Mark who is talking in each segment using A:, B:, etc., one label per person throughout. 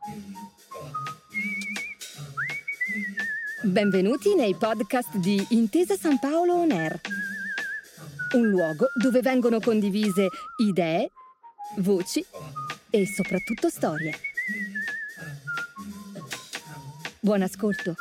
A: Benvenuti nei podcast di Intesa San Paolo On Air, un luogo dove vengono condivise idee, voci e soprattutto storie. Buon ascolto.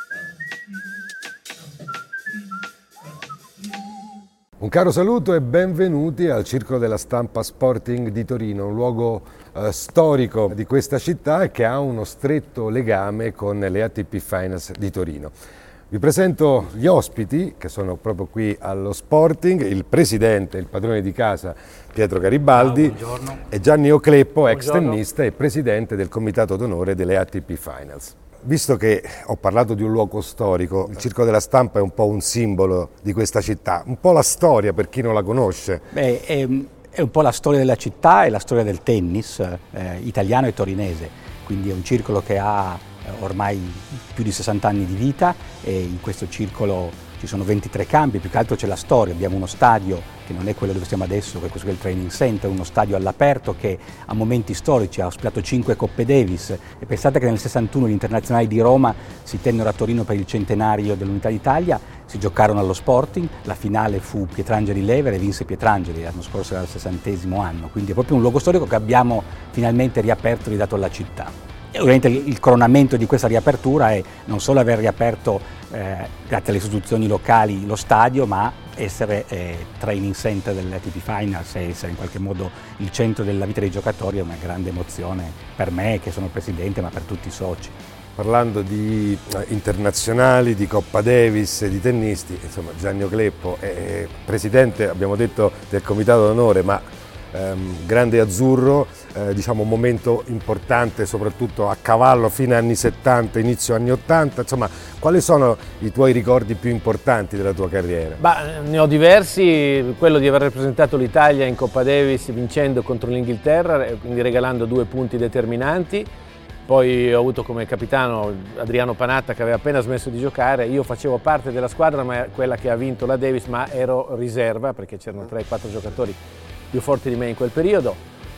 B: Un caro saluto e benvenuti al Circolo della Stampa Sporting di Torino, un luogo storico di questa città e che ha uno stretto legame con le ATP Finals di Torino. Vi presento gli ospiti che sono proprio qui allo Sporting, il presidente, il padrone di casa Pietro Garibaldi.
C: Ciao,
B: e Gianni Ocleppo, ex tennista e presidente del comitato d'onore delle ATP Finals. Visto che ho parlato di un luogo storico, il Circolo della Stampa è un po' un simbolo di questa città, un po' la storia per chi non la conosce.
C: È un po' la storia della città e la storia del tennis italiano e torinese, quindi è un circolo che ha ormai più di 60 anni di vita e in questo circolo ci sono 23 campi, più che altro c'è la storia, abbiamo uno stadio che non è quello dove stiamo adesso, che è questo che è il Training Center, uno stadio all'aperto che a momenti storici ha ospitato 5 Coppe Davis e pensate che nel 61 gli internazionali di Roma si tennero a Torino per il centenario dell'Unità d'Italia, si giocarono allo Sporting, la finale fu Pietrangeli-Lever e vinse Pietrangeli, l'anno scorso era il 60° anno, quindi è proprio un luogo storico che abbiamo finalmente riaperto e ridato alla città. E ovviamente il coronamento di questa riapertura è non solo aver riaperto, grazie alle istituzioni locali, lo stadio, ma essere training center delle ATP Finals e essere in qualche modo il centro della vita dei giocatori è una grande emozione per me, che sono presidente, ma per tutti i soci.
B: Parlando di internazionali, di Coppa Davis, di tennisti, insomma Gianni Ocleppo è presidente, abbiamo detto, del comitato d'onore, ma grande azzurro, diciamo un momento importante soprattutto a cavallo fine anni 70, inizio anni 80, insomma quali sono i tuoi ricordi più importanti della tua carriera?
D: Ne ho diversi, quello di aver rappresentato l'Italia in Coppa Davis vincendo contro l'Inghilterra, quindi regalando 2 punti determinanti. Poi ho avuto come capitano Adriano Panatta che aveva appena smesso di giocare, io facevo parte della squadra, ma quella che ha vinto la Davis, ma ero riserva perché c'erano 3-4 giocatori più forti di me in quel periodo.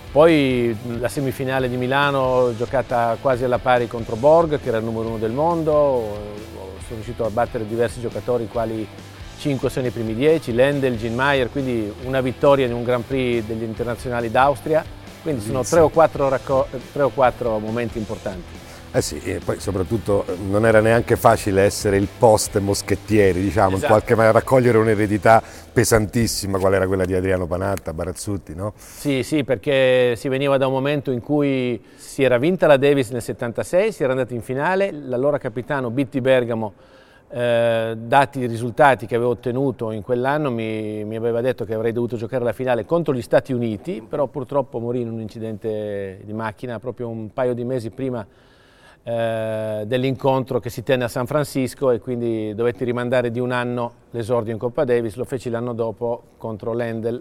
D: Poi la semifinale di Milano giocata quasi alla pari contro Borg, che era il numero 1 del mondo, sono riuscito a battere diversi giocatori, quali 5 sono i primi 10, Lendl, Gene Meyer, quindi una vittoria in un Grand Prix degli internazionali d'Austria, quindi sono 3 o 4 momenti importanti.
B: Sì, e poi soprattutto non era neanche facile essere il post Moschettieri, diciamo,
D: esatto.
B: In qualche maniera raccogliere un'eredità pesantissima, qual era quella di Adriano Panatta, Barazzutti, no?
D: Sì, perché si veniva da un momento in cui si era vinta la Davis nel 76, si era andati in finale, l'allora capitano Bitti Bergamo, dati i risultati che avevo ottenuto in quell'anno, mi aveva detto che avrei dovuto giocare la finale contro gli Stati Uniti, però purtroppo morì in un incidente di macchina proprio un paio di mesi prima dell'incontro che si tenne a San Francisco e quindi dovetti rimandare di un anno l'esordio in Coppa Davis, lo feci l'anno dopo contro Lendl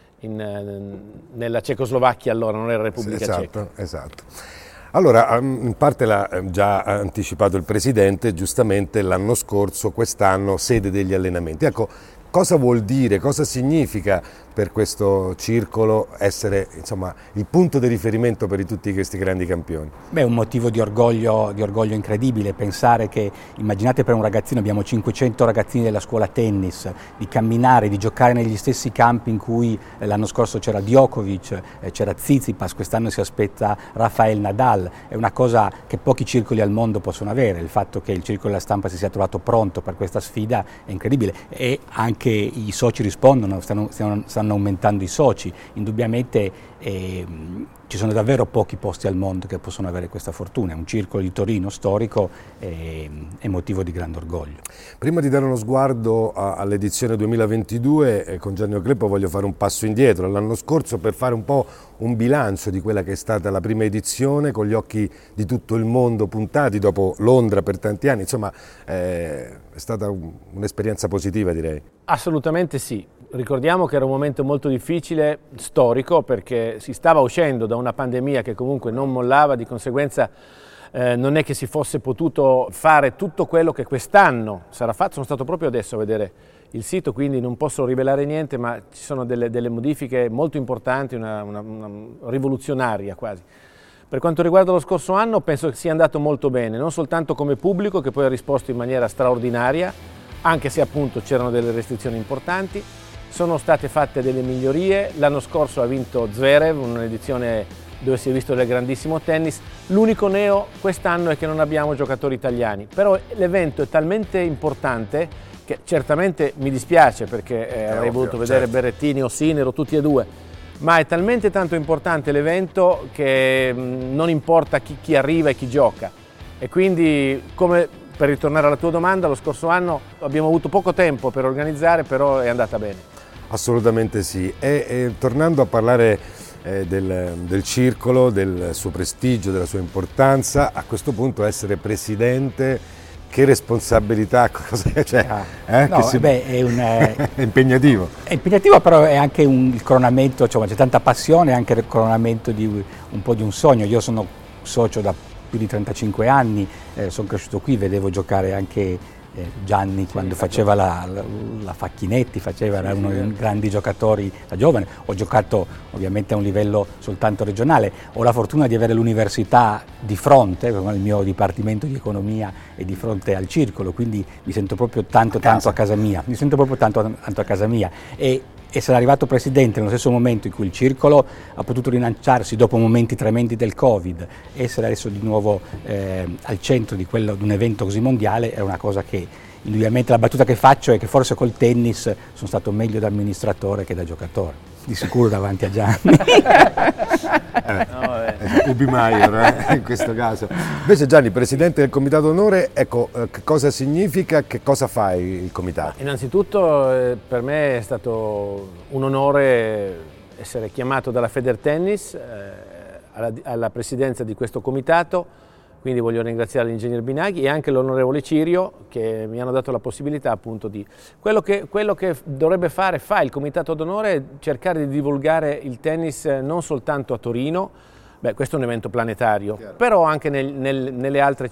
D: nella Cecoslovacchia, allora non era Repubblica Ceca.
B: Esatto. Allora, in parte l'ha già anticipato il Presidente, giustamente l'anno scorso, quest'anno sede degli allenamenti. Ecco, cosa vuol dire, cosa significa per questo circolo essere, insomma, il punto di riferimento per tutti questi grandi campioni?
C: È un motivo di orgoglio incredibile pensare che, immaginate per un ragazzino, abbiamo 500 ragazzini della scuola tennis, di camminare, di giocare negli stessi campi in cui l'anno scorso c'era Djokovic, c'era Tsitsipas, quest'anno si aspetta Rafael Nadal, è una cosa che pochi circoli al mondo possono avere, il fatto che il Circolo della Stampa si sia trovato pronto per questa sfida è incredibile e anche i soci rispondono, stanno aumentando i soci, indubbiamente ci sono davvero pochi posti al mondo che possono avere questa fortuna, è un circolo di Torino storico e motivo di grande orgoglio.
B: Prima di dare uno sguardo all'edizione 2022 con Gianni Ocleppo voglio fare un passo indietro all'anno scorso per fare un po' un bilancio di quella che è stata la prima edizione con gli occhi di tutto il mondo puntati dopo Londra per tanti anni, insomma è stata un'esperienza positiva, direi.
D: Assolutamente sì. Ricordiamo che era un momento molto difficile, storico, perché si stava uscendo da una pandemia che comunque non mollava, di conseguenza non è che si fosse potuto fare tutto quello che quest'anno sarà fatto. Sono stato proprio adesso a vedere il sito, quindi non posso rivelare niente, ma ci sono delle modifiche molto importanti, una rivoluzionaria quasi. Per quanto riguarda lo scorso anno, penso che sia andato molto bene, non soltanto come pubblico, che poi ha risposto in maniera straordinaria, anche se appunto c'erano delle restrizioni importanti. Sono state fatte delle migliorie. L'anno scorso ha vinto Zverev, un'edizione dove si è visto del grandissimo tennis. L'unico neo quest'anno è che non abbiamo giocatori italiani, però l'evento è talmente importante che certamente mi dispiace, perché avrei voluto vedere Berrettini o Sinner o tutti e due, ma è talmente tanto importante l'evento che non importa chi arriva e chi gioca. E quindi, come per ritornare alla tua domanda, lo scorso anno abbiamo avuto poco tempo per organizzare, però è andata bene.
B: Assolutamente sì. E tornando a parlare del circolo, del suo prestigio, della sua importanza, a questo punto essere presidente, che responsabilità, cioè,
C: no,
B: è impegnativo.
C: È impegnativo, però è anche il coronamento, cioè, c'è tanta passione, anche il coronamento di un po' di un sogno. Io sono socio da più di 35 anni, sono cresciuto qui, vedevo giocare anche Gianni quando faceva la Facchinetti, era uno dei grandi giocatori da giovane. Ho giocato ovviamente a un livello soltanto regionale, ho la fortuna di avere l'università di fronte, con il mio dipartimento di economia e di fronte al circolo, quindi mi sento proprio tanto a casa mia, e essere arrivato presidente nello stesso momento in cui il circolo ha potuto rilanciarsi dopo momenti tremendi del Covid, essere adesso di nuovo al centro di un evento così mondiale è una cosa che, indubbiamente, la battuta che faccio è che forse col tennis sono stato meglio da amministratore che da giocatore, di sicuro davanti a Gianni.
B: Ubi Maior, in questo caso. Invece Gianni, presidente del Comitato d'Onore, ecco, che cosa significa, che cosa fa il Comitato?
D: Innanzitutto per me è stato un onore essere chiamato dalla Federtennis alla presidenza di questo comitato, quindi voglio ringraziare l'ingegner Binaghi e anche l'onorevole Cirio, che mi hanno dato la possibilità appunto di... Quello che dovrebbe fare il Comitato d'Onore è cercare di divulgare il tennis non soltanto a Torino. Questo è un evento planetario, però anche nelle altre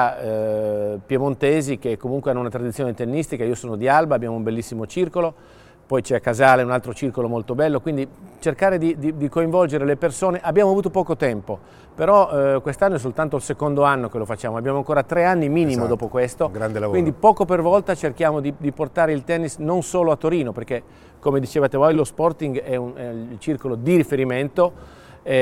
D: città piemontesi che comunque hanno una tradizione tennistica. Io sono di Alba, abbiamo un bellissimo circolo, poi c'è a Casale un altro circolo molto bello, quindi cercare di coinvolgere le persone. Abbiamo avuto poco tempo, però quest'anno è soltanto il secondo anno che lo facciamo, abbiamo ancora 3 anni minimo dopo questo,
B: grande lavoro.
D: Quindi poco per volta cerchiamo di portare il tennis non solo a Torino, perché come dicevate voi lo Sporting è il circolo di riferimento.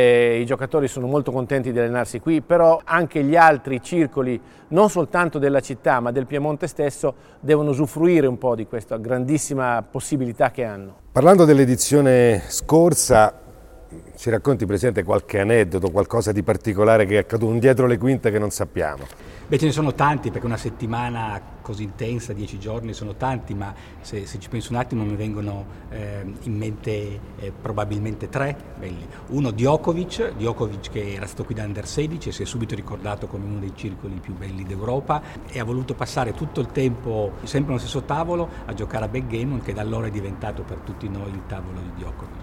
D: I giocatori sono molto contenti di allenarsi qui, però anche gli altri circoli, non soltanto della città ma del Piemonte stesso, devono usufruire un po' di questa grandissima possibilità che hanno.
B: Parlando dell'edizione scorsa, ci racconti, Presidente, qualche aneddoto, qualcosa di particolare che è accaduto, un dietro le quinte che non sappiamo?
C: Ce ne sono tanti, perché una settimana così intensa, 10 giorni, sono tanti, ma se ci penso un attimo mi vengono in mente probabilmente 3 belli. Uno, Djokovic che era stato qui da Under 16 e si è subito ricordato come uno dei circoli più belli d'Europa e ha voluto passare tutto il tempo sempre allo stesso tavolo a giocare a backgammon, che da allora è diventato per tutti noi il tavolo di Djokovic.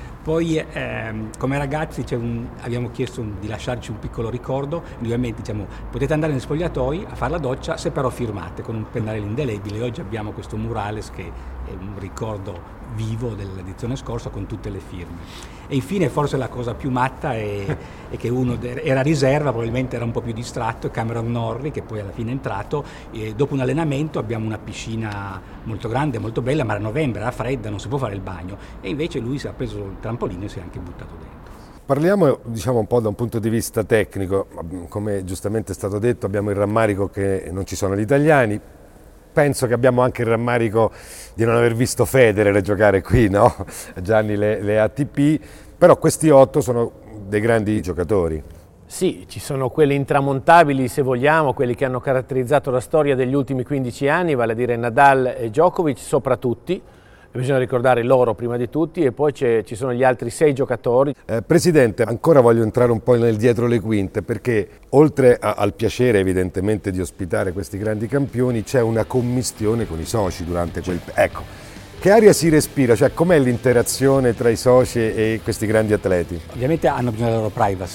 C: Poi come ragazzi abbiamo chiesto di lasciarci un piccolo ricordo, ovviamente potete andare negli spogliatoi a fare la doccia se però firmate con un pennarello indelebile. Oggi abbiamo questo murales che è un ricordo vivo dell'edizione scorsa con tutte le firme. E infine forse la cosa più matta è che uno era a riserva, probabilmente era un po' più distratto, Cameron Norrie, che poi alla fine è entrato, e dopo un allenamento abbiamo una piscina molto grande, molto bella, ma era novembre, era fredda, non si può fare il bagno, e invece lui si è preso il trampolino e si è anche buttato dentro.
B: Parliamo un po' da un punto di vista tecnico, come giustamente è stato detto abbiamo il rammarico che non ci sono gli italiani. Penso che abbiamo anche il rammarico di non aver visto Federer giocare qui, no? Gianni, le ATP, però questi 8 sono dei grandi giocatori.
D: Sì, ci sono quelli intramontabili, se vogliamo, quelli che hanno caratterizzato la storia degli ultimi 15 anni, vale a dire Nadal e Djokovic, sopra tutti. Bisogna ricordare loro prima di tutti, e poi ci sono gli altri 6 giocatori.
B: Presidente, ancora voglio entrare un po' nel dietro le quinte, perché oltre al piacere evidentemente di ospitare questi grandi campioni c'è una commistione con i soci durante quel... Ecco, che aria si respira? Cioè, com'è l'interazione tra i soci e questi grandi atleti?
C: Ovviamente hanno bisogno della loro privacy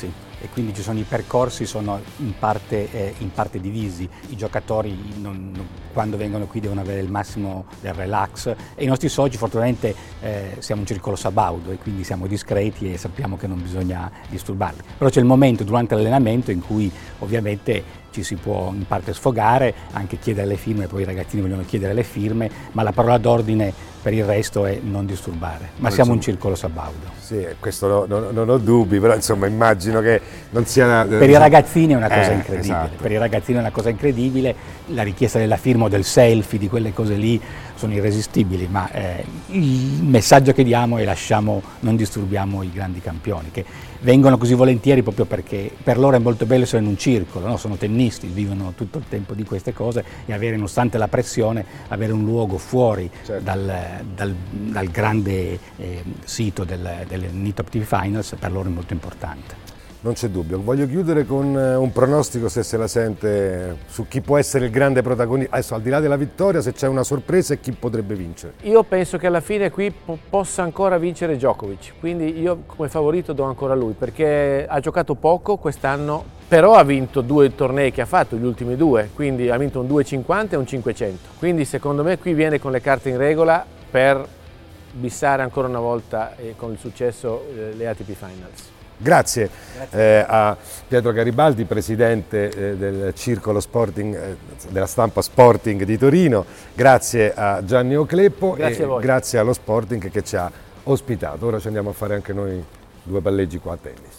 C: e quindi ci sono i percorsi, sono in parte divisi. I giocatori quando vengono qui devono avere il massimo del relax e i nostri soci fortunatamente siamo un circolo sabaudo e quindi siamo discreti e sappiamo che non bisogna disturbarli. Però c'è il momento durante l'allenamento in cui ovviamente ci si può in parte sfogare, anche chiedere le firme, poi i ragazzini vogliono chiedere le firme, ma la parola d'ordine per il resto è non disturbare. Ma siamo un circolo sabaudo.
B: Sì, questo non ho dubbi, però insomma immagino che non sia...
C: Per i ragazzini è una cosa incredibile,
B: esatto.
C: Per i ragazzini è una cosa incredibile, la richiesta della firma o del selfie, di quelle cose lì sono irresistibili, ma il messaggio che diamo è non disturbiamo i grandi campioni, che vengono così volentieri proprio perché per loro è molto bello essere in un circolo, no? Sono tennisti, vivono tutto il tempo di queste cose e avere, nonostante la pressione, avere un luogo fuori dal grande sito delle NITOP TV Finals per loro è molto importante.
B: Non c'è dubbio. Voglio chiudere con un pronostico, se se la sente, su chi può essere il grande protagonista. Adesso, al di là della vittoria, se c'è una sorpresa e chi potrebbe vincere.
D: Io penso che alla fine qui possa ancora vincere Djokovic, quindi io come favorito do ancora lui, perché ha giocato poco quest'anno, però ha vinto 2 tornei che ha fatto, gli ultimi 2, quindi ha vinto un 250 e un 500. Quindi secondo me qui viene con le carte in regola per bissare ancora una volta con il successo le ATP Finals.
B: Grazie a Pietro Garibaldi, presidente del Circolo Sporting, della stampa Sporting di Torino, grazie a Gianni Cleppo
D: grazie
B: e grazie allo Sporting che ci ha ospitato. Ora ci andiamo a fare anche noi 2 palleggi qua a tennis.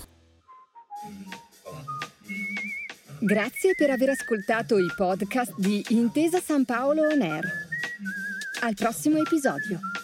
A: Grazie per aver ascoltato i podcast di Intesa San Paolo On Air. Al prossimo episodio.